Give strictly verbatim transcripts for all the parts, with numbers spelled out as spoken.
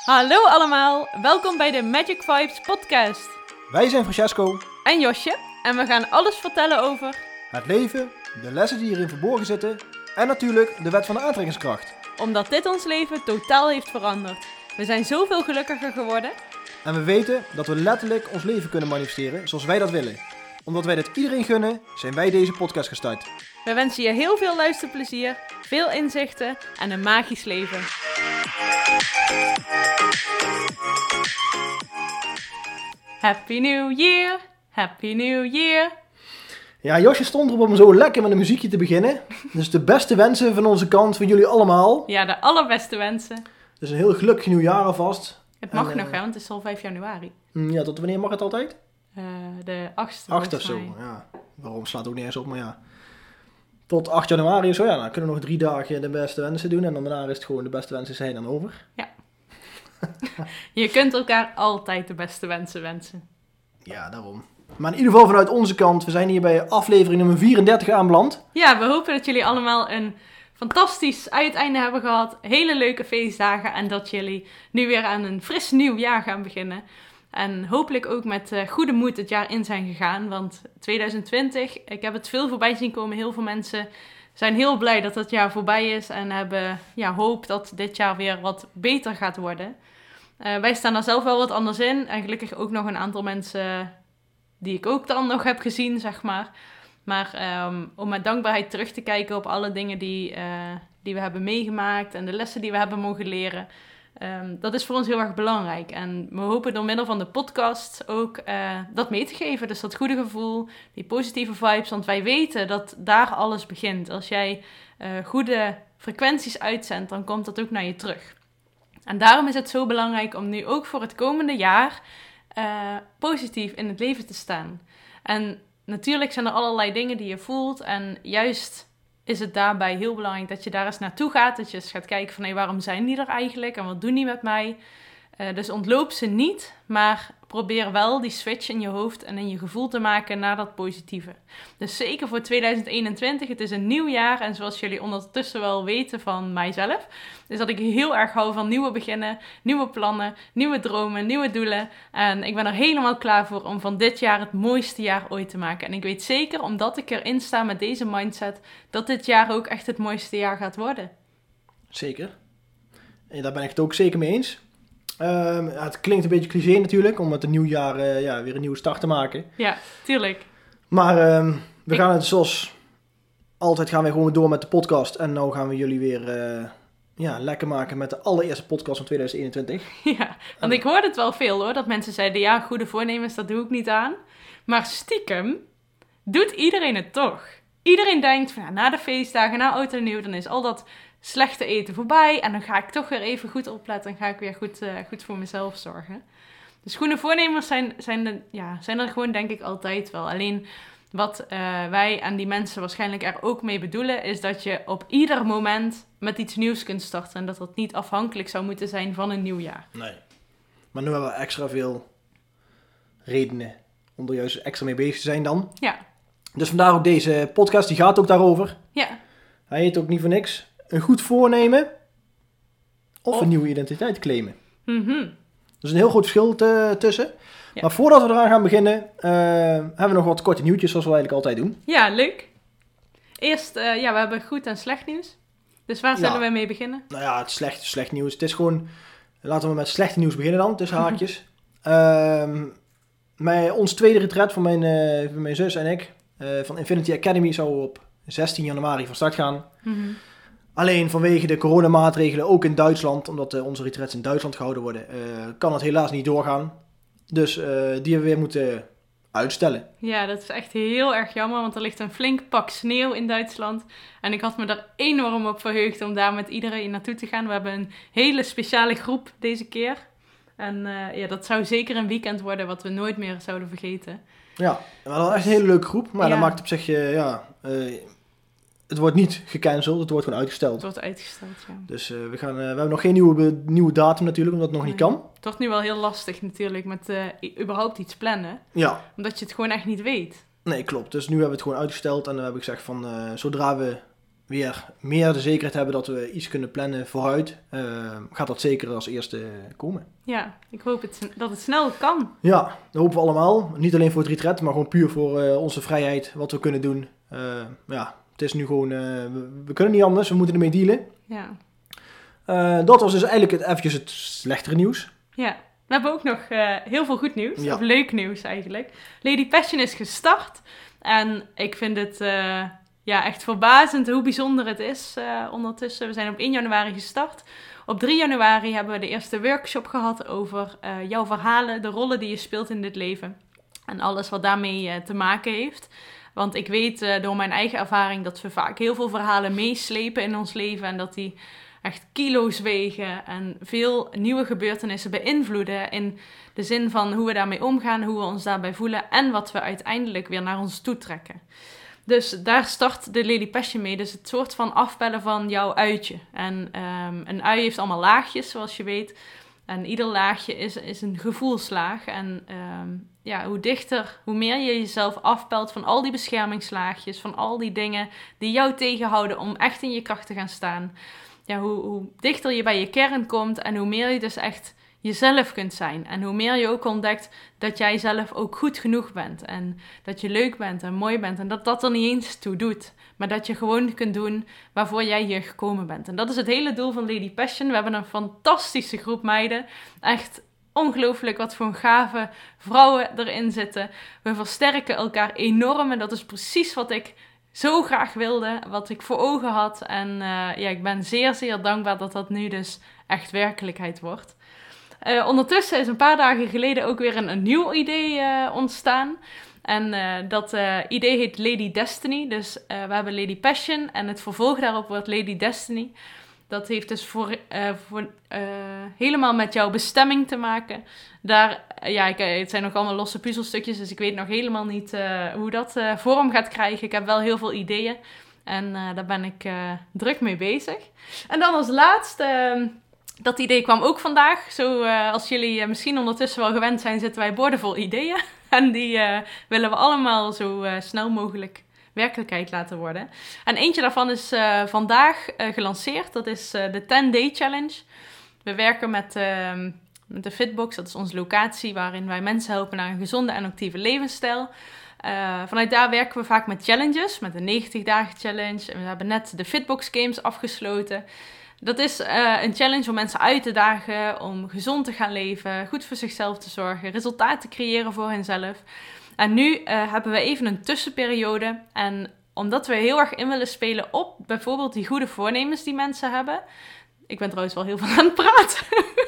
Hallo allemaal, welkom bij de Magic Vibes podcast. Wij zijn Francesco En Josje en we gaan alles vertellen over het leven, de lessen die hierin verborgen zitten en natuurlijk de wet van de aantrekkingskracht. omdat dit ons leven totaal heeft veranderd. We zijn zoveel gelukkiger geworden. En we weten dat we letterlijk ons leven kunnen manifesteren zoals wij dat willen. Omdat wij dat iedereen gunnen, zijn wij deze podcast gestart. We wensen je heel veel luisterplezier, veel inzichten en een magisch leven. Happy New Year, Happy New Year. Ja, Josje stond erop om zo lekker met een muziekje te beginnen. Dus de beste wensen van onze kant, van jullie allemaal. Ja, de allerbeste wensen. Dus een heel gelukkig nieuwjaar alvast. Het mag En, nog, uh, hè, want het is al vijf januari. Ja, tot wanneer mag het altijd? Uh, de achtste. Acht of zo, ja. Waarom slaat ook niet eens op, maar ja. Tot acht januari of zo, ja, dan kunnen we nog drie dagen de beste wensen doen. En dan daarna is het gewoon de beste wensen zijn dan over. Ja. Je kunt elkaar altijd de beste wensen wensen. Ja, daarom. Maar in ieder geval vanuit onze kant, we zijn hier bij aflevering nummer vierendertig aanbeland. Ja, we hopen dat jullie allemaal een fantastisch uiteinde hebben gehad. Hele leuke feestdagen en dat jullie nu weer aan een fris nieuw jaar gaan beginnen. En hopelijk ook met uh, goede moed het jaar in zijn gegaan. Want twintig twintig, ik heb het veel voorbij zien komen. Heel veel mensen zijn heel blij dat het jaar voorbij is. En hebben ja, hoop dat dit jaar weer wat beter gaat worden. Uh, wij staan daar zelf wel wat anders in. En gelukkig ook nog een aantal mensen die ik ook dan nog heb gezien, zeg maar. Maar um, om met dankbaarheid terug te kijken op alle dingen die, uh, die we hebben meegemaakt. En de lessen die we hebben mogen leren. Um, dat is voor ons heel erg belangrijk. En we hopen door middel van de podcast ook uh, dat mee te geven. Dus dat goede gevoel, die positieve vibes. Want wij weten dat daar alles begint. Als jij uh, goede frequenties uitzendt, dan komt dat ook naar je terug. En daarom is het zo belangrijk om nu ook voor het komende jaar uh, positief in het leven te staan. En natuurlijk zijn er allerlei dingen die je voelt. En juist is het daarbij heel belangrijk dat je daar eens naartoe gaat. Dat je eens gaat kijken van, hé, waarom zijn die er eigenlijk? En wat doen die met mij? Uh, dus ontloop ze niet, maar probeer wel die switch in je hoofd en in je gevoel te maken naar dat positieve. Dus zeker voor twintig eenentwintig, het is een nieuw jaar. En zoals jullie ondertussen wel weten van mijzelf, is dat ik heel erg hou van nieuwe beginnen, nieuwe plannen, nieuwe dromen, nieuwe doelen. En ik ben er helemaal klaar voor om van dit jaar het mooiste jaar ooit te maken. En ik weet zeker, omdat ik erin sta met deze mindset, dat dit jaar ook echt het mooiste jaar gaat worden. Zeker. En daar ben ik het ook zeker mee eens. Um, het klinkt een beetje cliché natuurlijk, om met een nieuw jaar uh, ja, weer een nieuwe start te maken. Ja, tuurlijk. Maar um, we Ik... gaan het zoals altijd gaan we gewoon door met de podcast. En nou gaan we jullie weer uh, ja, lekker maken met de allereerste podcast van twintig eenentwintig. Ja, want ik hoorde het wel veel hoor, dat mensen zeiden, ja, goede voornemens, dat doe ik niet aan. Maar stiekem doet iedereen het toch. Iedereen denkt van, ja, na de feestdagen, na oud en nieuw, dan is al dat slechte eten voorbij. En dan ga ik toch weer even goed opletten en ga ik weer goed, uh, goed voor mezelf zorgen. Dus goede voornemens zijn, zijn, de, ja, zijn er gewoon denk ik altijd wel. Alleen wat uh, wij en die mensen waarschijnlijk er ook mee bedoelen, is dat je op ieder moment met iets nieuws kunt starten. En dat dat niet afhankelijk zou moeten zijn van een nieuw jaar. Nee. Maar nu hebben we extra veel redenen om er juist extra mee bezig te zijn dan. Ja. Dus vandaar ook deze podcast, die gaat ook daarover. Ja. Hij heet ook niet voor niks een goed voornemen of, of... een nieuwe identiteit claimen. Mm-hmm. Er is een heel groot verschil te, tussen. Ja. Maar voordat we eraan gaan beginnen, uh, hebben we nog wat korte nieuwtjes zoals we eigenlijk altijd doen. Ja, leuk. Eerst, uh, ja, we hebben goed en slecht nieuws. Dus waar zullen ja. we mee beginnen? Nou ja, het slecht, slecht nieuws. Het is gewoon, laten we met slechte nieuws beginnen dan, tussen haakjes. uh, mijn, ons tweede retreat van mijn, uh, van mijn zus en ik, uh, van Infinity Academy, zou op zestien januari van start gaan. Mm-hmm. Alleen vanwege de coronamaatregelen, ook in Duitsland, omdat uh, onze retreats in Duitsland gehouden worden, uh, kan het helaas niet doorgaan. Dus uh, die hebben we weer moeten uitstellen. Ja, dat is echt heel erg jammer, want er ligt een flink pak sneeuw in Duitsland. En ik had me er enorm op verheugd om daar met iedereen naartoe te gaan. We hebben een hele speciale groep deze keer. En uh, ja, dat zou zeker een weekend worden wat we nooit meer zouden vergeten. Ja, we hadden echt een hele leuke groep, maar ja. Dat maakt op zich, uh, ja... Uh, Het wordt niet gecanceld, het wordt gewoon uitgesteld. Het wordt uitgesteld, ja. Dus uh, we, gaan, uh, we hebben nog geen nieuwe, nieuwe datum natuurlijk, omdat het nog nee. niet kan. Het wordt nu wel heel lastig natuurlijk met uh, überhaupt iets plannen. Ja. Omdat je het gewoon echt niet weet. Nee, klopt. Dus nu hebben we het gewoon uitgesteld en dan heb ik gezegd van uh, zodra we weer meer de zekerheid hebben dat we iets kunnen plannen vooruit, uh, gaat dat zeker als eerste komen. Ja, ik hoop het, dat het snel kan. Ja, dat hopen we allemaal. Niet alleen voor het retreat, maar gewoon puur voor uh, onze vrijheid, wat we kunnen doen. Uh, ja, het is nu gewoon, uh, we, we kunnen niet anders, we moeten ermee dealen. Ja. Uh, dat was dus eigenlijk het, eventjes het slechtere nieuws. Ja, we hebben ook nog uh, heel veel goed nieuws, ja. of leuk nieuws eigenlijk. Lady Passion is gestart en ik vind het uh, ja, echt verbazend hoe bijzonder het is uh, ondertussen. We zijn op één januari gestart. Op drie januari hebben we de eerste workshop gehad over uh, jouw verhalen, de rollen die je speelt in dit leven en alles wat daarmee uh, te maken heeft. Want ik weet uh, door mijn eigen ervaring dat we vaak heel veel verhalen meeslepen in ons leven en dat die echt kilo's wegen en veel nieuwe gebeurtenissen beïnvloeden in de zin van hoe we daarmee omgaan, hoe we ons daarbij voelen en wat we uiteindelijk weer naar ons toe trekken. Dus daar start de Lady Passion mee, dus het soort van afbellen van jouw uitje. En um, een ui heeft allemaal laagjes, zoals je weet. En ieder laagje is, is een gevoelslaag. En um, ja, hoe dichter, hoe meer je jezelf afbelt van al die beschermingslaagjes, van al die dingen die jou tegenhouden om echt in je kracht te gaan staan. Ja, hoe, hoe dichter je bij je kern komt en hoe meer je dus echt jezelf kunt zijn. En hoe meer je ook ontdekt dat jij zelf ook goed genoeg bent. En dat je leuk bent en mooi bent. En dat dat er niet eens toe doet. Maar dat je gewoon kunt doen waarvoor jij hier gekomen bent. En dat is het hele doel van Lady Passion. We hebben een fantastische groep meiden. Echt ongelooflijk wat voor gave vrouwen erin zitten. We versterken elkaar enorm. En dat is precies wat ik zo graag wilde. Wat ik voor ogen had. En uh, ja, ik ben zeer, zeer dankbaar dat dat nu dus echt werkelijkheid wordt. Uh, ondertussen is een paar dagen geleden ook weer een, een nieuw idee uh, ontstaan. En uh, dat uh, idee heet Lady Destiny. Dus uh, we hebben Lady Passion en het vervolg daarop wordt Lady Destiny. Dat heeft dus voor, uh, voor, uh, helemaal met jouw bestemming te maken. Daar, uh, ja, ik, uh, het zijn nog allemaal losse puzzelstukjes, dus ik weet nog helemaal niet uh, hoe dat uh, vorm gaat krijgen. Ik heb wel heel veel ideeën en uh, daar ben ik uh, druk mee bezig. En dan als laatste... Uh, Dat idee kwam ook vandaag. Zo uh, als jullie uh, misschien ondertussen wel gewend zijn, zitten wij boordevol ideeën. En die uh, willen we allemaal zo uh, snel mogelijk werkelijkheid laten worden. En eentje daarvan is uh, vandaag uh, gelanceerd. Dat is uh, de ten day challenge. We werken met, uh, met de Fitbox. Dat is onze locatie waarin wij mensen helpen naar een gezonde en actieve levensstijl. Uh, vanuit daar werken we vaak met challenges. Met de negentig dagen challenge. En we hebben net de Fitbox Games afgesloten. Dat is uh, een challenge om mensen uit te dagen, om gezond te gaan leven, goed voor zichzelf te zorgen, resultaten te creëren voor henzelf. En nu uh, hebben we even een tussenperiode. En omdat we heel erg in willen spelen op bijvoorbeeld die goede voornemens die mensen hebben. Ik ben trouwens wel heel veel aan het praten.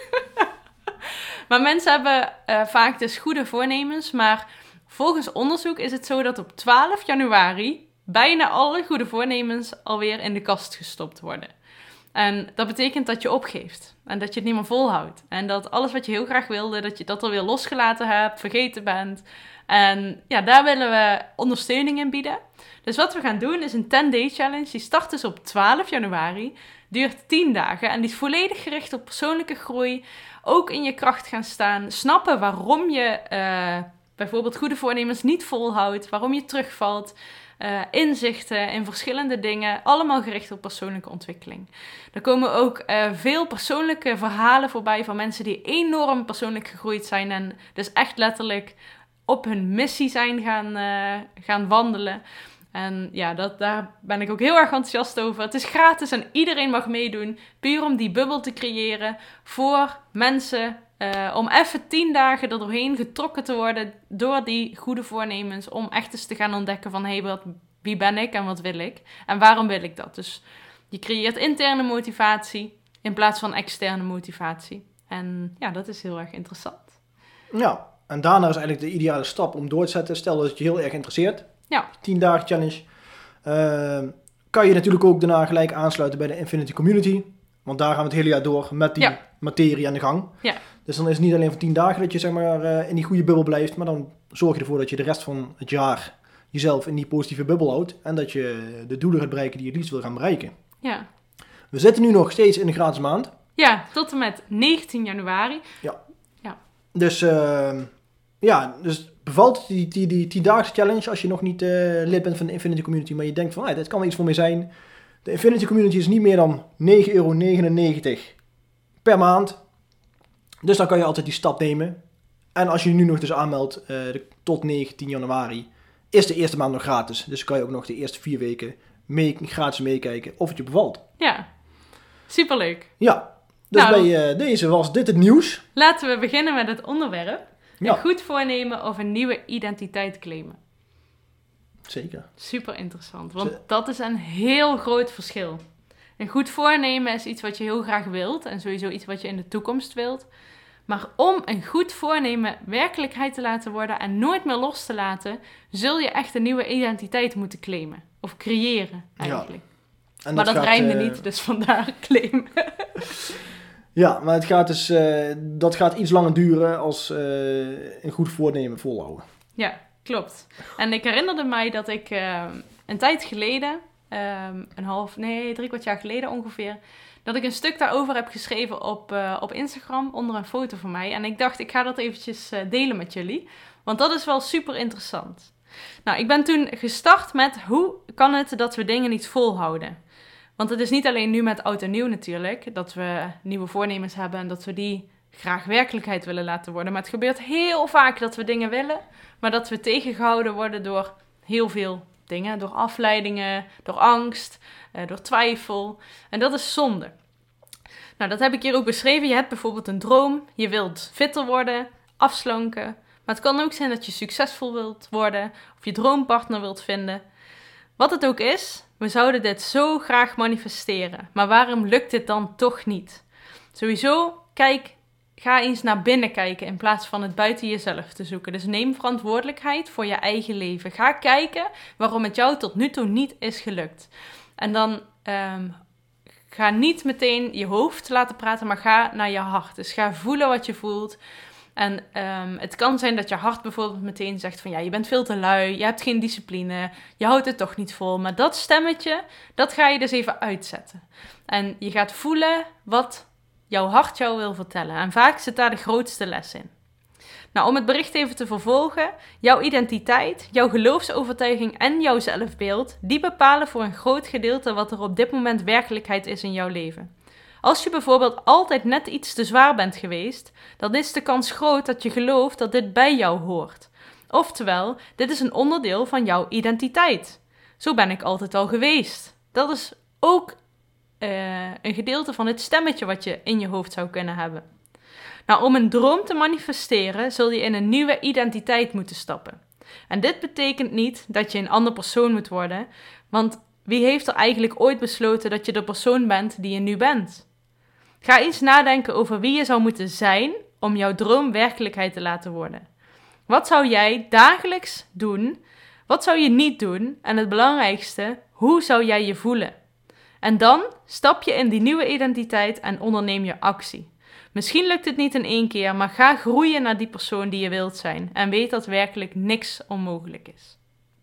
Maar mensen hebben uh, vaak dus goede voornemens. Maar volgens onderzoek is het zo dat op twaalf januari bijna alle goede voornemens alweer in de kast gestopt worden. En dat betekent dat je opgeeft. En dat je het niet meer volhoudt. En dat alles wat je heel graag wilde, dat je dat alweer losgelaten hebt, vergeten bent. En ja, daar willen we ondersteuning in bieden. Dus wat we gaan doen is een ten day challenge. Die start dus op twaalf januari. Duurt tien dagen. En die is volledig gericht op persoonlijke groei. Ook in je kracht gaan staan. Snappen waarom je uh, bijvoorbeeld goede voornemens niet volhoudt. Waarom je terugvalt. Uh, inzichten in verschillende dingen, allemaal gericht op persoonlijke ontwikkeling. Er komen ook uh, veel persoonlijke verhalen voorbij van mensen die enorm persoonlijk gegroeid zijn en dus echt letterlijk op hun missie zijn gaan, uh, gaan wandelen. En ja, dat, daar ben ik ook heel erg enthousiast over. Het is gratis en iedereen mag meedoen, puur om die bubbel te creëren voor mensen. Uh, om even tien dagen er doorheen getrokken te worden door die goede voornemens. Om echt eens te gaan ontdekken van, hé, hey, wat, wie ben ik en wat wil ik? En waarom wil ik dat? Dus je creëert interne motivatie in plaats van externe motivatie. En ja, dat is heel erg interessant. Ja, en daarna is eigenlijk de ideale stap om door te zetten. Stel dat het je heel erg interesseert. Ja. tien dagen challenge. Uh, kan je natuurlijk ook daarna gelijk aansluiten bij de Infinity Community. Want daar gaan we het hele jaar door met die ja. materie aan de gang. Ja. Dus dan is het niet alleen voor tien dagen dat je zeg maar, uh, in die goede bubbel blijft. Maar dan zorg je ervoor dat je de rest van het jaar jezelf in die positieve bubbel houdt. En dat je de doelen gaat bereiken die je het liefst wil gaan bereiken. Ja. We zitten nu nog steeds in de gratis maand. Ja, tot en met negentien januari. Ja. Ja. Dus, uh, ja, dus bevalt die, die, die tien-daagse challenge als je nog niet uh, lid bent van de Infinity Community. Maar je denkt van, hey, dit kan wel iets voor mij zijn. De Infinity Community is niet meer dan negen euro negenennegentig per maand. Dus dan kan je altijd die stap nemen. En als je nu nog dus aanmeldt uh, de, tot negentien januari, is de eerste maand nog gratis. Dus kan je ook nog de eerste vier weken mee, gratis meekijken of het je bevalt. Ja, superleuk. Ja, dus nou, bij uh, deze was dit het nieuws. Laten we beginnen met het onderwerp. Ja. Een goed voornemen of een nieuwe identiteit claimen. Zeker. Super interessant, want dat is een heel groot verschil. Een goed voornemen is iets wat je heel graag wilt en sowieso iets wat je in de toekomst wilt. Maar om een goed voornemen werkelijkheid te laten worden en nooit meer los te laten, zul je echt een nieuwe identiteit moeten claimen. Of creëren, eigenlijk. Ja. En maar dat, dat gaat, rijmde uh... niet, dus vandaar claimen. Ja, maar het gaat dus, uh, dat gaat iets langer duren als uh, een goed voornemen volhouden. Ja, klopt. En ik herinnerde mij dat ik uh, een tijd geleden, um, een half, nee, drie kwart jaar geleden ongeveer, dat ik een stuk daarover heb geschreven op, uh, op Instagram onder een foto van mij. En ik dacht, ik ga dat eventjes uh, delen met jullie, want dat is wel super interessant. Nou, ik ben toen gestart met hoe kan het dat we dingen niet volhouden? Want het is niet alleen nu met oud en nieuw natuurlijk, dat we nieuwe voornemens hebben en dat we die graag werkelijkheid willen laten worden. Maar het gebeurt heel vaak dat we dingen willen, maar dat we tegengehouden worden door heel veel dingen. Door afleidingen, door angst, uh, door twijfel. En dat is zonde. Nou, dat heb ik hier ook beschreven. Je hebt bijvoorbeeld een droom, je wilt fitter worden, afslanken. Maar het kan ook zijn dat je succesvol wilt worden of je droompartner wilt vinden. Wat het ook is, we zouden dit zo graag manifesteren. Maar waarom lukt dit dan toch niet? Sowieso, kijk, ga eens naar binnen kijken in plaats van het buiten jezelf te zoeken. Dus neem verantwoordelijkheid voor je eigen leven. Ga kijken waarom het jou tot nu toe niet is gelukt. En dan um, ga niet meteen je hoofd laten praten, maar ga naar je hart. Dus ga voelen wat je voelt. En um, het kan zijn dat je hart bijvoorbeeld meteen zegt van ja, je bent veel te lui, je hebt geen discipline, je houdt het toch niet vol. Maar dat stemmetje, dat ga je dus even uitzetten. En je gaat voelen wat jouw hart jou wil vertellen. En vaak zit daar de grootste les in. Nou, om het bericht even te vervolgen, jouw identiteit, jouw geloofsovertuiging en jouw zelfbeeld, die bepalen voor een groot gedeelte wat er op dit moment werkelijkheid is in jouw leven. Als je bijvoorbeeld altijd net iets te zwaar bent geweest, dan is de kans groot dat je gelooft dat dit bij jou hoort. Oftewel, dit is een onderdeel van jouw identiteit. Zo ben ik altijd al geweest. Dat is ook uh, een gedeelte van het stemmetje wat je in je hoofd zou kunnen hebben. Nou, om een droom te manifesteren, zul je in een nieuwe identiteit moeten stappen. En dit betekent niet dat je een ander persoon moet worden, want wie heeft er eigenlijk ooit besloten dat je de persoon bent die je nu bent? Ga eens nadenken over wie je zou moeten zijn om jouw droom werkelijkheid te laten worden. Wat zou jij dagelijks doen? Wat zou je niet doen? En het belangrijkste, hoe zou jij je voelen? En dan stap je in die nieuwe identiteit en onderneem je actie. Misschien lukt het niet in één keer, maar ga groeien naar die persoon die je wilt zijn. En weet dat werkelijk niks onmogelijk is.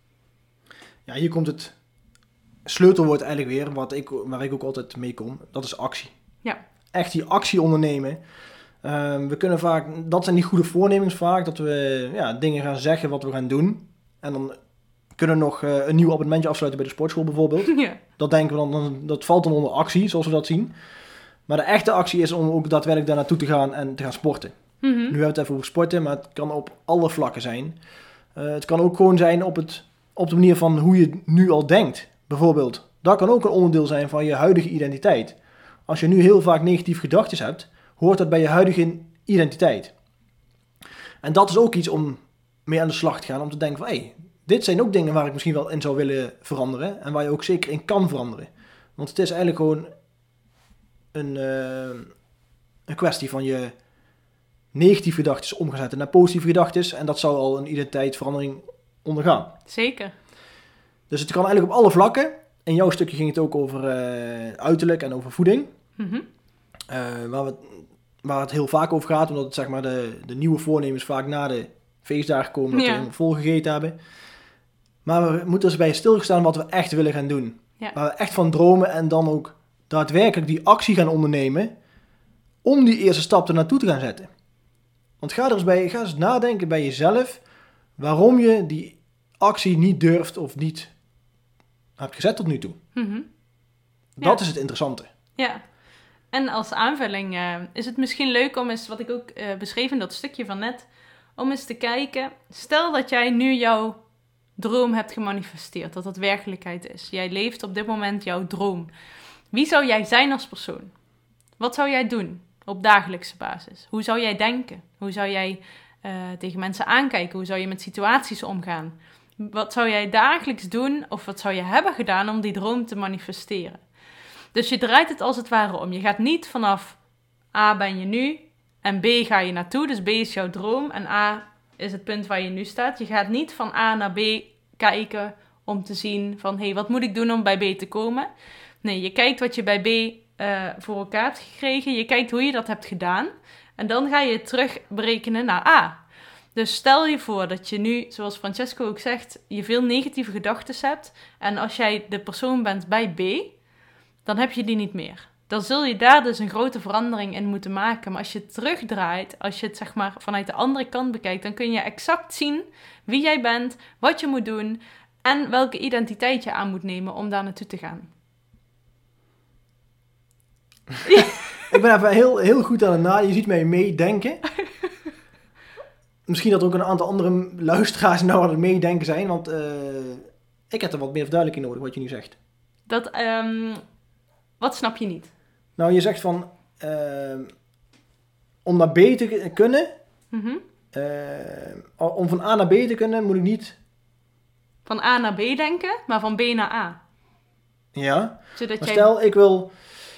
Ja, hier komt het sleutelwoord eigenlijk weer, wat ik, waar ik ook altijd mee kom. Dat is actie. Ja. Echt die actie ondernemen. Um, we kunnen vaak, dat zijn die goede voornemens vaak, dat we ja, dingen gaan zeggen wat we gaan doen. En dan kunnen we nog uh, een nieuw abonnementje afsluiten bij de sportschool bijvoorbeeld. Ja. Dat denken we dan, dan, dat valt dan onder actie, zoals we dat zien. Maar de echte actie is om ook daadwerkelijk daar naartoe te gaan en te gaan sporten. Mm-hmm. Nu hebben we het even over sporten, maar het kan op alle vlakken zijn. Uh, het kan ook gewoon zijn op, het, op de manier van hoe je nu al denkt. Bijvoorbeeld, dat kan ook een onderdeel zijn van je huidige identiteit. Als je nu heel vaak negatieve gedachten hebt, hoort dat bij je huidige identiteit. En dat is ook iets om mee aan de slag te gaan, om te denken van, hé, hey, dit zijn ook dingen waar ik misschien wel in zou willen veranderen en waar je ook zeker in kan veranderen. Want het is eigenlijk gewoon een, uh, een kwestie van je negatieve gedachten omzetten naar positieve gedachten en dat zou al een identiteitsverandering ondergaan. Zeker. Dus het kan eigenlijk op alle vlakken. In jouw stukje ging het ook over uh, uiterlijk en over voeding. Mm-hmm. Uh, waar, we, waar het heel vaak over gaat, omdat het, zeg maar, de, de nieuwe voornemens vaak na de feestdagen komen, dat ja. we vol gegeten hebben. Maar we moeten dus bij stilstaan wat we echt willen gaan doen. Ja. Waar we echt van dromen en dan ook daadwerkelijk die actie gaan ondernemen om die eerste stap er naartoe te gaan zetten. Want ga er eens, bij, ga eens nadenken bij jezelf waarom je die actie niet durft of niet hebt gezet tot nu toe. Mm-hmm. Dat Ja. is het interessante. Ja. En als aanvulling uh, is het misschien leuk om eens, wat ik ook uh, beschreef in dat stukje van net, om eens te kijken. Stel dat jij nu jouw droom hebt gemanifesteerd, dat dat werkelijkheid is. Jij leeft op dit moment jouw droom. Wie zou jij zijn als persoon? Wat zou jij doen op dagelijkse basis? Hoe zou jij denken? Hoe zou jij uh, tegen mensen aankijken? Hoe zou je met situaties omgaan? Wat zou jij dagelijks doen of wat zou je hebben gedaan om die droom te manifesteren? Dus je draait het als het ware om. Je gaat niet vanaf A ben je nu en B ga je naartoe. Dus B is jouw droom en A is het punt waar je nu staat. Je gaat niet van A naar B kijken om te zien van hé, hey, wat moet ik doen om bij B te komen? Nee, je kijkt wat je bij B uh, voor elkaar hebt gekregen. Je kijkt hoe je dat hebt gedaan. En dan ga je het terugberekenen naar A. Dus stel je voor dat je nu, zoals Francesco ook zegt, je veel negatieve gedachten hebt. En als jij de persoon bent bij B, dan heb je die niet meer. Dan zul je daar dus een grote verandering in moeten maken. Maar als je het terugdraait, als je het zeg maar vanuit de andere kant bekijkt, dan kun je exact zien wie jij bent, wat je moet doen en welke identiteit je aan moet nemen om daar naartoe te gaan. Ik ben even heel, heel goed aan het nadenken. Je ziet mij meedenken. Misschien dat er ook een aantal andere luisteraars nou aan het meedenken zijn, want uh, ik heb er wat meer verduidelijking nodig wat je nu zegt. Dat, um, wat snap je niet? Nou, je zegt van, uh, om naar B te kunnen, Mm-hmm. uh, om van A naar B te kunnen, moet ik niet... Van A naar B denken, maar van B naar A. Ja, Zodat maar jij... stel ik wil,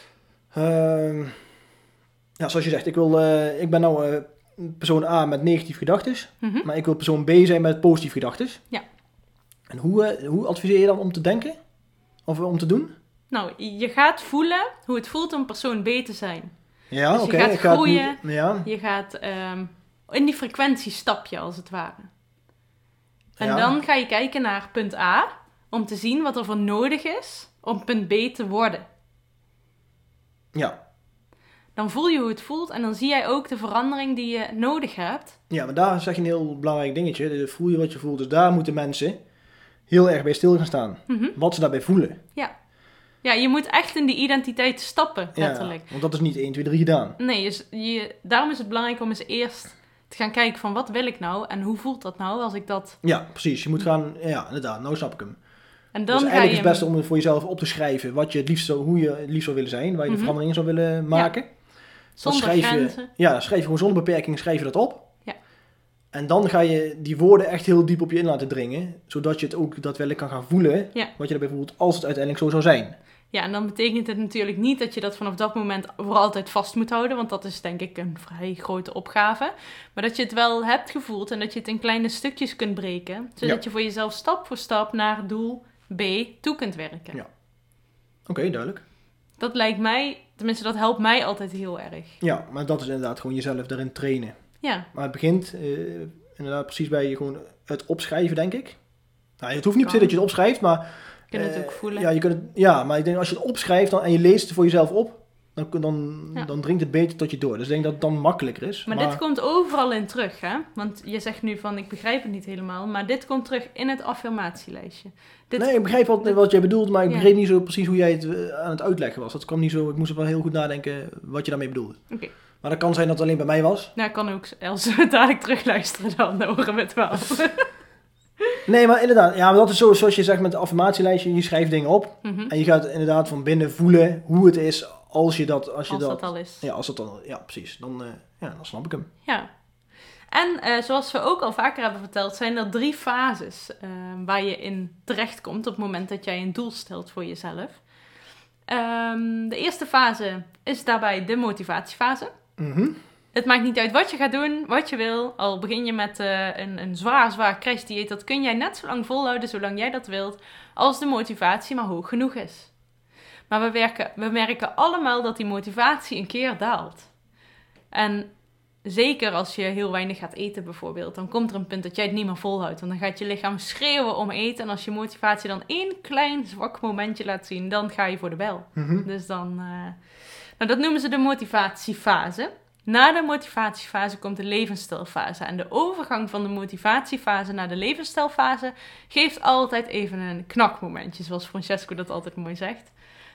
uh, ja, zoals je zegt, ik, wil, uh, ik ben nou uh, persoon A met negatieve gedachten, Mm-hmm. maar ik wil persoon B zijn met positieve gedachten. Ja. En hoe, uh, hoe adviseer je dan om te denken? Of om te doen? Nou, je gaat voelen hoe het voelt om persoon B te zijn. Ja, dus oké. je gaat ik ga groeien, het nu, ja. je gaat um, in die frequentie stap je als het ware. En Ja. dan ga je kijken naar punt A, om te zien wat er voor nodig is om punt B te worden. Ja. Dan voel je hoe het voelt en dan zie jij ook de verandering die je nodig hebt. Ja, maar daar zeg je een heel belangrijk dingetje. Dus voel je wat je voelt. Dus daar moeten mensen heel erg bij stil gaan staan. Mm-hmm. Wat ze daarbij voelen. Ja. Ja, je moet echt in die identiteit stappen, letterlijk. Ja, want dat is niet één, twee, drie gedaan. Nee, dus je, daarom is het belangrijk om eens eerst te gaan kijken van wat wil ik nou en hoe voelt dat nou als ik dat... Ja, precies. Je moet gaan, ja, inderdaad, nou snap ik hem. En dan dus ga eigenlijk je is het beste om het voor jezelf op te schrijven wat je het liefst zou, hoe je het liefst zou willen zijn, waar je Mm-hmm. de veranderingen zou willen maken. Ja. Zonder schrijf grenzen. Je, ja, dan schrijf je gewoon zonder beperking, schrijf je dat op. Ja. En dan ga je die woorden echt heel diep op je in laten dringen, zodat je het ook daadwerkelijk kan gaan voelen, Ja. wat je daarbij voelt, als het uiteindelijk zo zou zijn. Ja, en dan betekent het natuurlijk niet dat je dat vanaf dat moment voor altijd vast moet houden, want dat is denk ik een vrij grote opgave. Maar dat je het wel hebt gevoeld en dat je het in kleine stukjes kunt breken, zodat Ja. je voor jezelf stap voor stap naar doel B toe kunt werken. Ja. Oké, okay, duidelijk. Dat lijkt mij, tenminste dat helpt mij altijd heel erg. Ja, maar dat is inderdaad gewoon jezelf daarin trainen. Ja. Maar het begint uh, inderdaad precies bij gewoon het opschrijven, denk ik. Nou, het hoeft niet per se dat je het opschrijft, maar... Je kunt het uh, ook voelen. Ja, je kunt het, ja, maar ik denk als je het opschrijft dan, en je leest het voor jezelf op, dan, dan, Ja. dan dringt het beter tot je door. Dus ik denk dat het dan makkelijker is. Maar, maar dit komt overal in terug, hè? Want je zegt nu van, ik begrijp het niet helemaal, maar dit komt terug in het affirmatielijstje. Dit... Nee, ik begrijp wat, dit... wat jij bedoelt, maar ik ja. begreep niet zo precies hoe jij het uh, aan het uitleggen was. Dat kwam niet zo, ik moest wel heel goed nadenken wat je daarmee bedoelde. Oké. Okay. Maar dat kan zijn dat het alleen bij mij was. Nou, kan ook, als we dadelijk terugluisteren dan, horen we het wel. Nee, maar inderdaad, ja, maar dat is zo, zoals je zegt met het affirmatielijstje, je schrijft dingen op Mm-hmm. en je gaat inderdaad van binnen voelen hoe het is als je dat... Als, je als dat, dat al is. Ja, als dat dan, ja, precies. Dan, uh, ja, dan snap ik hem. Ja. En uh, zoals we ook al vaker hebben verteld, zijn er drie fases uh, waar je in terechtkomt op het moment dat jij een doel stelt voor jezelf. Um, de eerste fase is daarbij de motivatiefase. Mm-hmm. Het maakt niet uit wat je gaat doen, wat je wil. Al begin je met uh, een, een zwaar, zwaar crashdieet, dat kun jij net zo lang volhouden, zolang jij dat wilt, als de motivatie maar hoog genoeg is. Maar we, werken, we merken allemaal dat die motivatie een keer daalt. En zeker als je heel weinig gaat eten bijvoorbeeld, dan komt er een punt dat jij het niet meer volhoudt. Want dan gaat je lichaam schreeuwen om eten. En als je motivatie dan één klein zwak momentje laat zien, dan ga je voor de bel. Mm-hmm. Dus dan, uh... nou, dat noemen ze de motivatiefase. Na de motivatiefase komt de levensstijlfase. En de overgang van de motivatiefase naar de levensstijlfase geeft altijd even een knakmomentje, zoals Francesco dat altijd mooi zegt.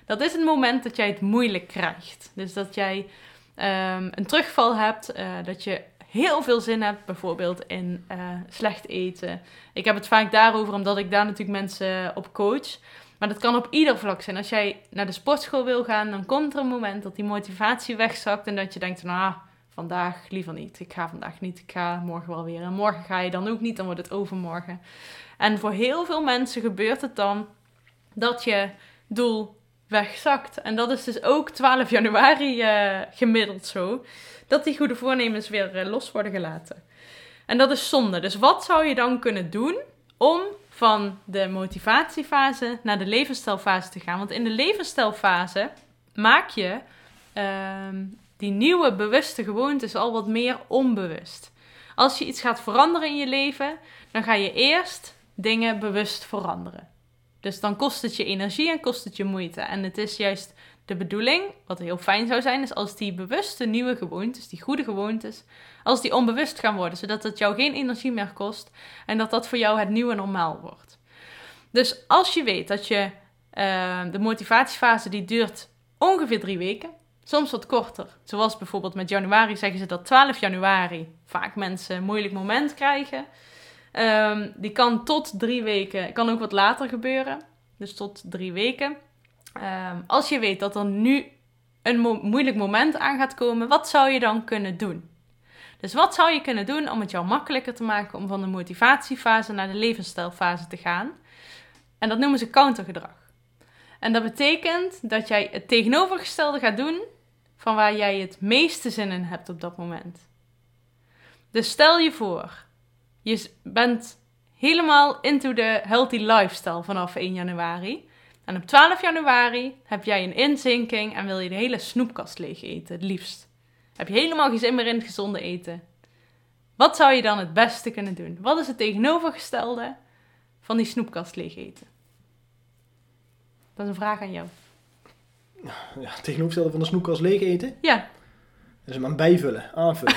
Dat is het moment dat jij het moeilijk krijgt. Dus dat jij um, een terugval hebt, uh, dat je heel veel zin hebt, bijvoorbeeld in uh, slecht eten. Ik heb het vaak daarover, omdat ik daar natuurlijk mensen op coach. Maar dat kan op ieder vlak zijn. Als jij naar de sportschool wil gaan, dan komt er een moment dat die motivatie wegzakt en dat je denkt, nou, vandaag liever niet. Ik ga vandaag niet, ik ga morgen wel weer. En morgen ga je dan ook niet, dan wordt het overmorgen. En voor heel veel mensen gebeurt het dan dat je doel wegzakt. En dat is dus ook twaalf januari uh, gemiddeld zo. Dat die goede voornemens weer uh, los worden gelaten. En dat is zonde. Dus wat zou je dan kunnen doen om van de motivatiefase naar de levensstijlfase te gaan? Want in de levensstijlfase maak je uh, die nieuwe bewuste gewoontes al wat meer onbewust. Als je iets gaat veranderen in je leven, dan ga je eerst dingen bewust veranderen. Dus dan kost het je energie en kost het je moeite. En het is juist de bedoeling, wat heel fijn zou zijn, is als die bewuste nieuwe gewoontes, die goede gewoontes, als die onbewust gaan worden, zodat het jou geen energie meer kost en dat dat voor jou het nieuwe normaal wordt. Dus als je weet dat je uh, de motivatiefase die duurt ongeveer drie weken, soms wat korter. Zoals bijvoorbeeld met januari zeggen ze dat twaalf januari vaak mensen een moeilijk moment krijgen. Um, die kan tot drie weken, kan ook wat later gebeuren. Dus tot drie weken. Um, als je weet dat er nu een mo- moeilijk moment aan gaat komen, wat zou je dan kunnen doen? Dus wat zou je kunnen doen om het jou makkelijker te maken om van de motivatiefase naar de levensstijlfase te gaan? En dat noemen ze countergedrag. En dat betekent dat jij het tegenovergestelde gaat doen van waar jij het meeste zin in hebt op dat moment. Dus stel je voor, je bent helemaal into de healthy lifestyle vanaf één januari. En op twaalf januari heb jij een inzinking en wil je de hele snoepkast leeg eten, het liefst. Heb je helemaal geen zin meer in het gezonde eten. Wat zou je dan het beste kunnen doen? Wat is het tegenovergestelde van die snoepkast leeg eten? Dat is een vraag aan jou. Ja, tegenovergestelde van de snoepkast leeg eten? Ja. Dat is hem aan bijvullen, aanvullen.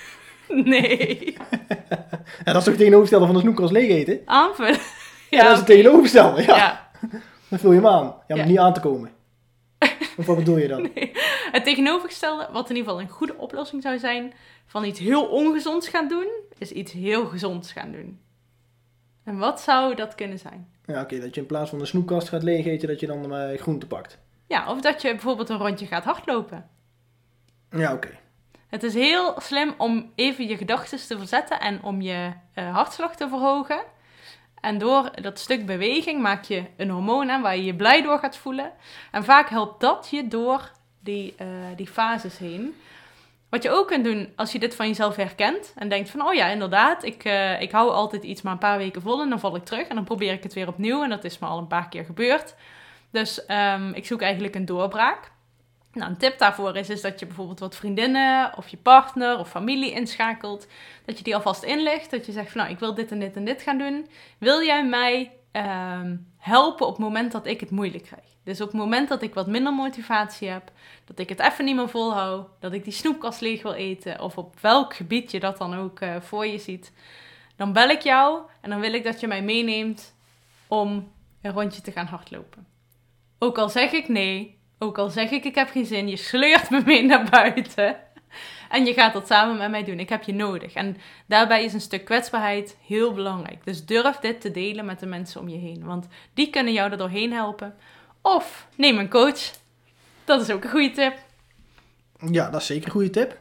Nee. Ja, dat is toch het tegenovergestelde van de snoepkast leeg eten? Aanvullen? Ja, ja dat is het tegenovergestelde, ja. ja. Dan vul je hem aan. Ja, om ja. niet aan te komen. Of wat bedoel je dan? Nee. Het tegenovergestelde, wat in ieder geval een goede oplossing zou zijn, van iets heel ongezonds gaan doen, is iets heel gezonds gaan doen. En wat zou dat kunnen zijn? Ja, oké, okay, dat je in plaats van de snoepkast gaat leeg eten, dat je dan uh, groente pakt. Ja, of dat je bijvoorbeeld een rondje gaat hardlopen. Ja, oké. Okay. Het is heel slim om even je gedachten te verzetten en om je uh, hartslag te verhogen. En door dat stuk beweging maak je een hormoon aan waar je je blij door gaat voelen. En vaak helpt dat je door die, uh, die fases heen. Wat je ook kunt doen als je dit van jezelf herkent en denkt van, oh ja, inderdaad, ik, uh, ik hou altijd iets maar een paar weken vol en dan val ik terug en dan probeer ik het weer opnieuw. En dat is me al een paar keer gebeurd. Dus um, ik zoek eigenlijk een doorbraak. Nou, een tip daarvoor is, is dat je bijvoorbeeld wat vriendinnen of je partner of familie inschakelt. Dat je die alvast inlegt. Dat je zegt van, nou, ik wil dit en dit en dit gaan doen. Wil jij mij um, helpen op het moment dat ik het moeilijk krijg? Dus op het moment dat ik wat minder motivatie heb, dat ik het even niet meer volhoud, dat ik die snoepkast leeg wil eten, of op welk gebied je dat dan ook uh, voor je ziet, dan bel ik jou en dan wil ik dat je mij meeneemt om een rondje te gaan hardlopen. Ook al zeg ik nee, ook al zeg ik ik heb geen zin, je sleurt me mee naar buiten en je gaat dat samen met mij doen. Ik heb je nodig. En daarbij is een stuk kwetsbaarheid heel belangrijk. Dus durf dit te delen met de mensen om je heen, want die kunnen jou er doorheen helpen. Of neem een coach. Dat is ook een goede tip. Ja, dat is zeker een goede tip.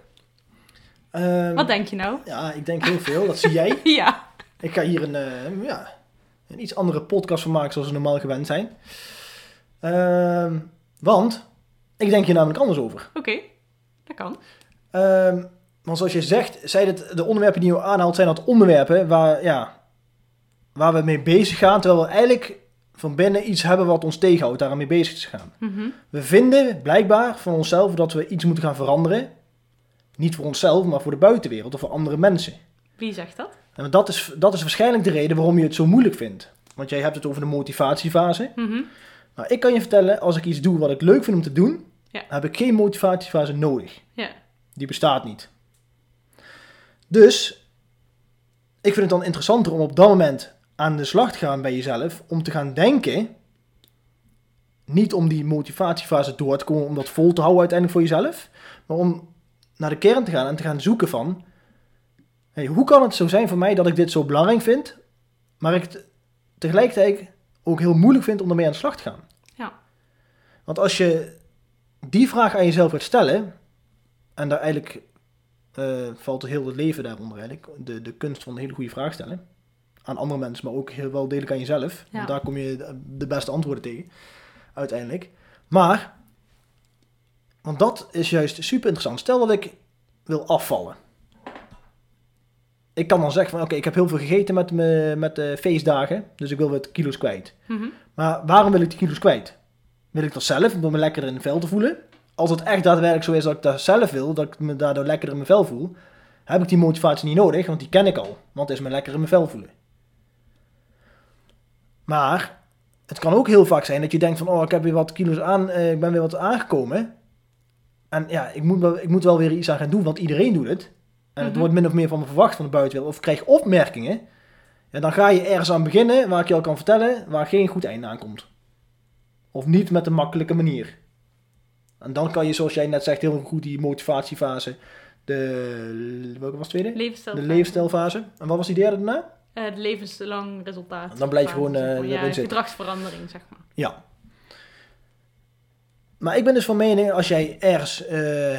Um, Wat denk je nou? Ja, ik denk heel veel. Dat zie jij. Ja. Ik ga hier een, uh, ja, een iets andere podcast van maken zoals we normaal gewend zijn. Um, want ik denk hier namelijk anders over. Oké, okay, dat kan. Um, want zoals je zegt, zijn het, de onderwerpen die je aanhaalt, zijn dat onderwerpen waar, ja, waar we mee bezig gaan. Terwijl we eigenlijk van binnen iets hebben wat ons tegenhoudt daar mee bezig te gaan. Mm-hmm. We vinden blijkbaar van onszelf dat we iets moeten gaan veranderen. Niet voor onszelf, maar voor de buitenwereld of voor andere mensen. Wie zegt dat? En dat is, dat is waarschijnlijk de reden waarom je het zo moeilijk vindt. Want jij hebt het over de motivatiefase. Mm-hmm. Nou, ik kan je vertellen, als ik iets doe wat ik leuk vind om te doen, ja. heb ik geen motivatiefase nodig. Ja. Die bestaat niet. Dus, ik vind het dan interessanter om op dat moment aan de slag te gaan bij jezelf, om te gaan denken, niet om die motivatiefase door te komen, om dat vol te houden uiteindelijk voor jezelf, maar om naar de kern te gaan en te gaan zoeken van, hey, hoe kan het zo zijn voor mij dat ik dit zo belangrijk vind, maar ik het tegelijkertijd ook heel moeilijk vind om ermee aan de slag te gaan. Ja. Want als je die vraag aan jezelf gaat stellen, en daar eigenlijk uh, valt er heel het leven daaronder eigenlijk, de, de kunst van een hele goede vraag stellen, aan andere mensen, maar ook heel wel degelijk aan jezelf, Ja. want daar kom je de beste antwoorden tegen, uiteindelijk. Maar, want dat is juist super interessant. Stel dat ik wil afvallen. Ik kan dan zeggen van, oké, okay, ik heb heel veel gegeten met, me, met de feestdagen, dus ik wil wat kilo's kwijt. Mm-hmm. Maar waarom wil ik die kilo's kwijt? Wil ik dat zelf, om me lekker in mijn vel te voelen? Als het echt daadwerkelijk zo is dat ik dat zelf wil, dat ik me daardoor lekker in mijn vel voel, heb ik die motivatie niet nodig, want die ken ik al. Want het is me lekker in mijn vel voelen. Maar het kan ook heel vaak zijn dat je denkt van, oh, ik heb weer wat kilo's aan, uh, ik ben weer wat aangekomen. En ja, ik moet, wel, ik moet wel weer iets aan gaan doen, want iedereen doet het. En het mm-hmm. wordt min of meer van me verwacht van de buitenwereld. Of ik krijg opmerkingen. En dan ga je ergens aan beginnen, waar ik je al kan vertellen, waar geen goed einde aan komt. Of niet met een makkelijke manier. En dan kan je, zoals jij net zegt, heel goed die motivatiefase, de, welke was het tweede? Levensstijlfase. De levensstijlfase. En wat was die derde daarna? Uh, de levenslang resultaat. En dan blijf je gewoon uh, ja, erin zitten. Gedragsverandering, zeg maar. Ja. Maar ik ben dus van mening, als jij ergens, uh,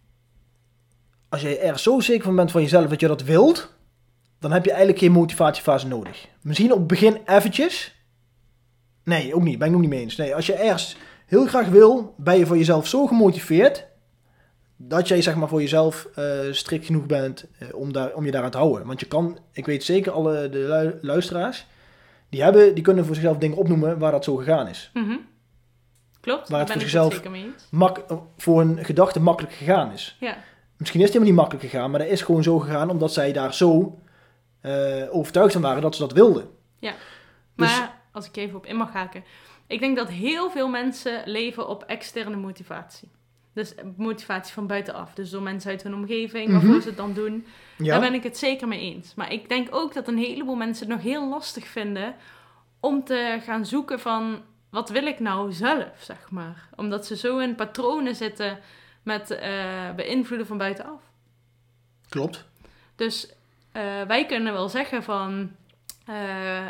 als jij ergens zo zeker van bent van jezelf dat je dat wilt, dan heb je eigenlijk geen motivatiefase nodig. Misschien op het begin eventjes. Nee, ook niet. Ben ik ook niet mee eens. Nee, als je ergens heel graag wil, ben je voor jezelf zo gemotiveerd dat jij zeg maar voor jezelf uh, strikt genoeg bent uh, om, daar, om je daaraan te houden. Want je kan, ik weet zeker, alle de lu- luisteraars, die, hebben, die kunnen voor zichzelf dingen opnoemen waar dat zo gegaan is. Mm-hmm. Klopt, waar het daar voor ben ik zichzelf het zeker mee eens. Mak- voor een gedachte makkelijk gegaan is. Ja. Misschien is het helemaal niet makkelijk gegaan, maar dat is gewoon zo gegaan omdat zij daar zo uh, overtuigd van waren dat ze dat wilden. Ja, dus, maar als ik even op in mag haken. Ik denk dat heel veel mensen leven op externe motivatie. Dus motivatie van buitenaf. Dus door mensen uit hun omgeving, mm-hmm. waarvoor ze het dan doen. Ja. Daar ben ik het zeker mee eens. Maar ik denk ook dat een heleboel mensen het nog heel lastig vinden om te gaan zoeken van, wat wil ik nou zelf, zeg maar. Omdat ze zo in patronen zitten met uh, beïnvloeden van buitenaf. Klopt. Dus uh, wij kunnen wel zeggen van, Uh,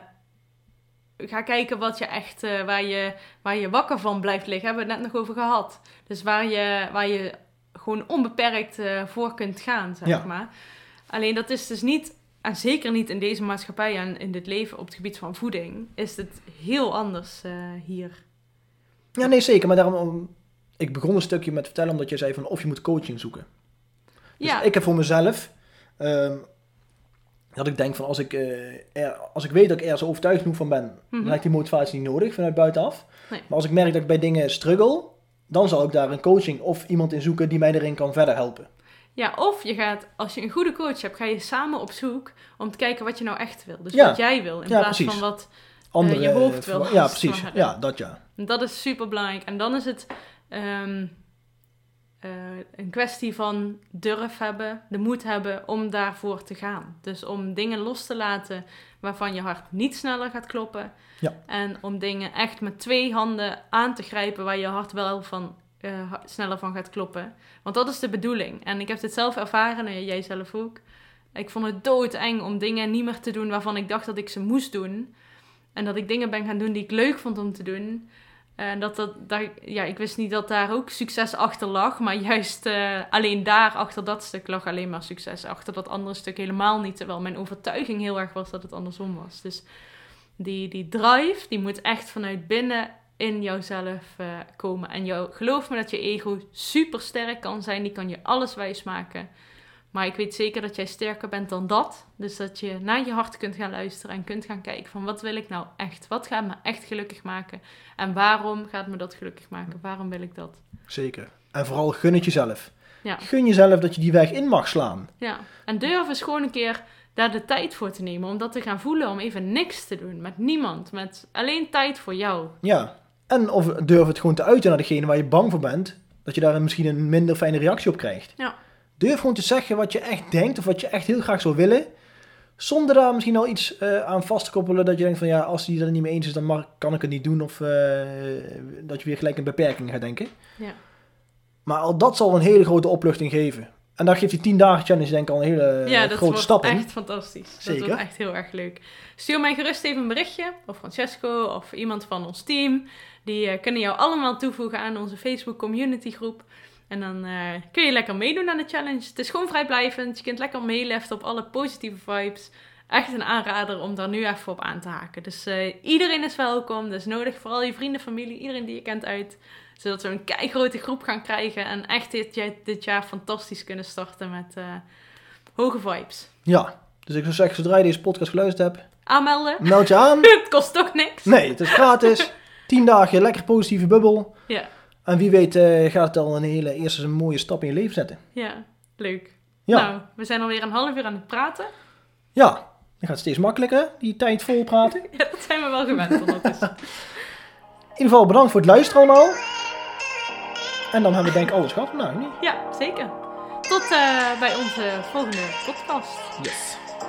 ga kijken wat je echt, uh, waar, je, waar je wakker van blijft liggen. Hebben we het net nog over gehad. Dus waar je, waar je gewoon onbeperkt uh, voor kunt gaan, zeg ja. maar. Alleen dat is dus niet, en zeker niet in deze maatschappij en in dit leven op het gebied van voeding, is het heel anders uh, hier. Ja, nee, zeker. Maar daarom, ik begon een stukje met vertellen omdat je zei van of je moet coaching zoeken. Dus ja. ik heb voor mezelf, um, dat ik denk van als ik, uh, er, als ik weet dat ik ergens overtuigd genoeg van ben, mm-hmm. dan heb ik die motivatie niet nodig vanuit buitenaf. Nee. Maar als ik merk dat ik bij dingen struggle, dan zal ik daar een coaching of iemand in zoeken die mij erin kan verder helpen. Ja, of je gaat, als je een goede coach hebt, ga je samen op zoek om te kijken wat je nou echt wil. Dus ja. wat jij wil, in ja, plaats precies. van wat Andere, uh, je hoofd wil. Uh, ja, precies. Ja, dat ja. Dat is super belangrijk. En dan is het um, uh, een kwestie van durf hebben, de moed hebben om daarvoor te gaan. Dus om dingen los te laten waarvan je hart niet sneller gaat kloppen. Ja. En om dingen echt met twee handen aan te grijpen waar je hart wel van uh, sneller van gaat kloppen. Want dat is de bedoeling. En ik heb dit zelf ervaren, en jij zelf ook. Ik vond het doodeng om dingen niet meer te doen waarvan ik dacht dat ik ze moest doen. En dat ik dingen ben gaan doen die ik leuk vond om te doen. En dat dat, daar, ja, ik wist niet dat daar ook succes achter lag. Maar juist uh, alleen daar, achter dat stuk, lag alleen maar succes. Achter dat andere stuk helemaal niet. Terwijl mijn overtuiging heel erg was dat het andersom was. Dus die, die drive, die moet echt vanuit binnen in jouzelf uh, komen. En jou, geloof me dat je ego super sterk kan zijn. Die kan je alles wijsmaken. Maar ik weet zeker dat jij sterker bent dan dat. Dus dat je naar je hart kunt gaan luisteren en kunt gaan kijken van wat wil ik nou echt? Wat gaat me echt gelukkig maken? En waarom gaat me dat gelukkig maken? Waarom wil ik dat? Zeker. En vooral gun het jezelf. Ja. Gun jezelf dat je die weg in mag slaan. Ja. En durf eens gewoon een keer daar de tijd voor te nemen. Om dat te gaan voelen. Om even niks te doen. Met niemand. Met alleen tijd voor jou. Ja. En of durf het gewoon te uiten naar degene waar je bang voor bent. Dat je daar misschien een minder fijne reactie op krijgt. Ja. Durf gewoon te zeggen wat je echt denkt of wat je echt heel graag zou willen, Zonder daar misschien al iets uh, aan vast te koppelen dat je denkt van ja, als die er niet mee eens is, dan mag, kan ik het niet doen. Of uh, dat je weer gelijk een beperking gaat denken. Ja. Maar al dat zal een hele grote opluchting geven. En daar geeft die tien dagen challenge denk ik al een hele ja, uh, grote stap in. Ja, dat wordt echt fantastisch. Zeker. Dat wordt echt heel erg leuk. Stuur mij gerust even een berichtje. Of Francesco of iemand van ons team. Die uh, kunnen jou allemaal toevoegen aan onze Facebook community groep. En dan uh, kun je lekker meedoen aan de challenge. Het is gewoon vrijblijvend. Je kunt lekker meeleften op alle positieve vibes. Echt een aanrader om daar nu even op aan te haken. Dus uh, iedereen is welkom. Dus nodig vooral je vrienden, familie, iedereen die je kent uit. Zodat we een keigrote groep gaan krijgen. En echt dit, dit jaar fantastisch kunnen starten met uh, hoge vibes. Ja, dus ik zou zeggen, zodra je deze podcast geluisterd hebt, aanmelden. Meld je aan. Het kost toch niks. Nee, het is gratis. tien dagen, lekker positieve bubbel. Ja. En wie weet uh, gaat het al een hele eerste een mooie stap in je leven zetten. Ja, leuk. Ja. Nou, we zijn alweer een half uur aan het praten. Ja, dan gaat het steeds makkelijker, die tijd vol praten. Ja, dat zijn we wel gewend ondertussen. In ieder geval bedankt voor het luisteren allemaal. En dan hebben we denk ik alles gehad. Nou, niet. Ja, zeker. Tot uh, bij onze volgende podcast. Yes.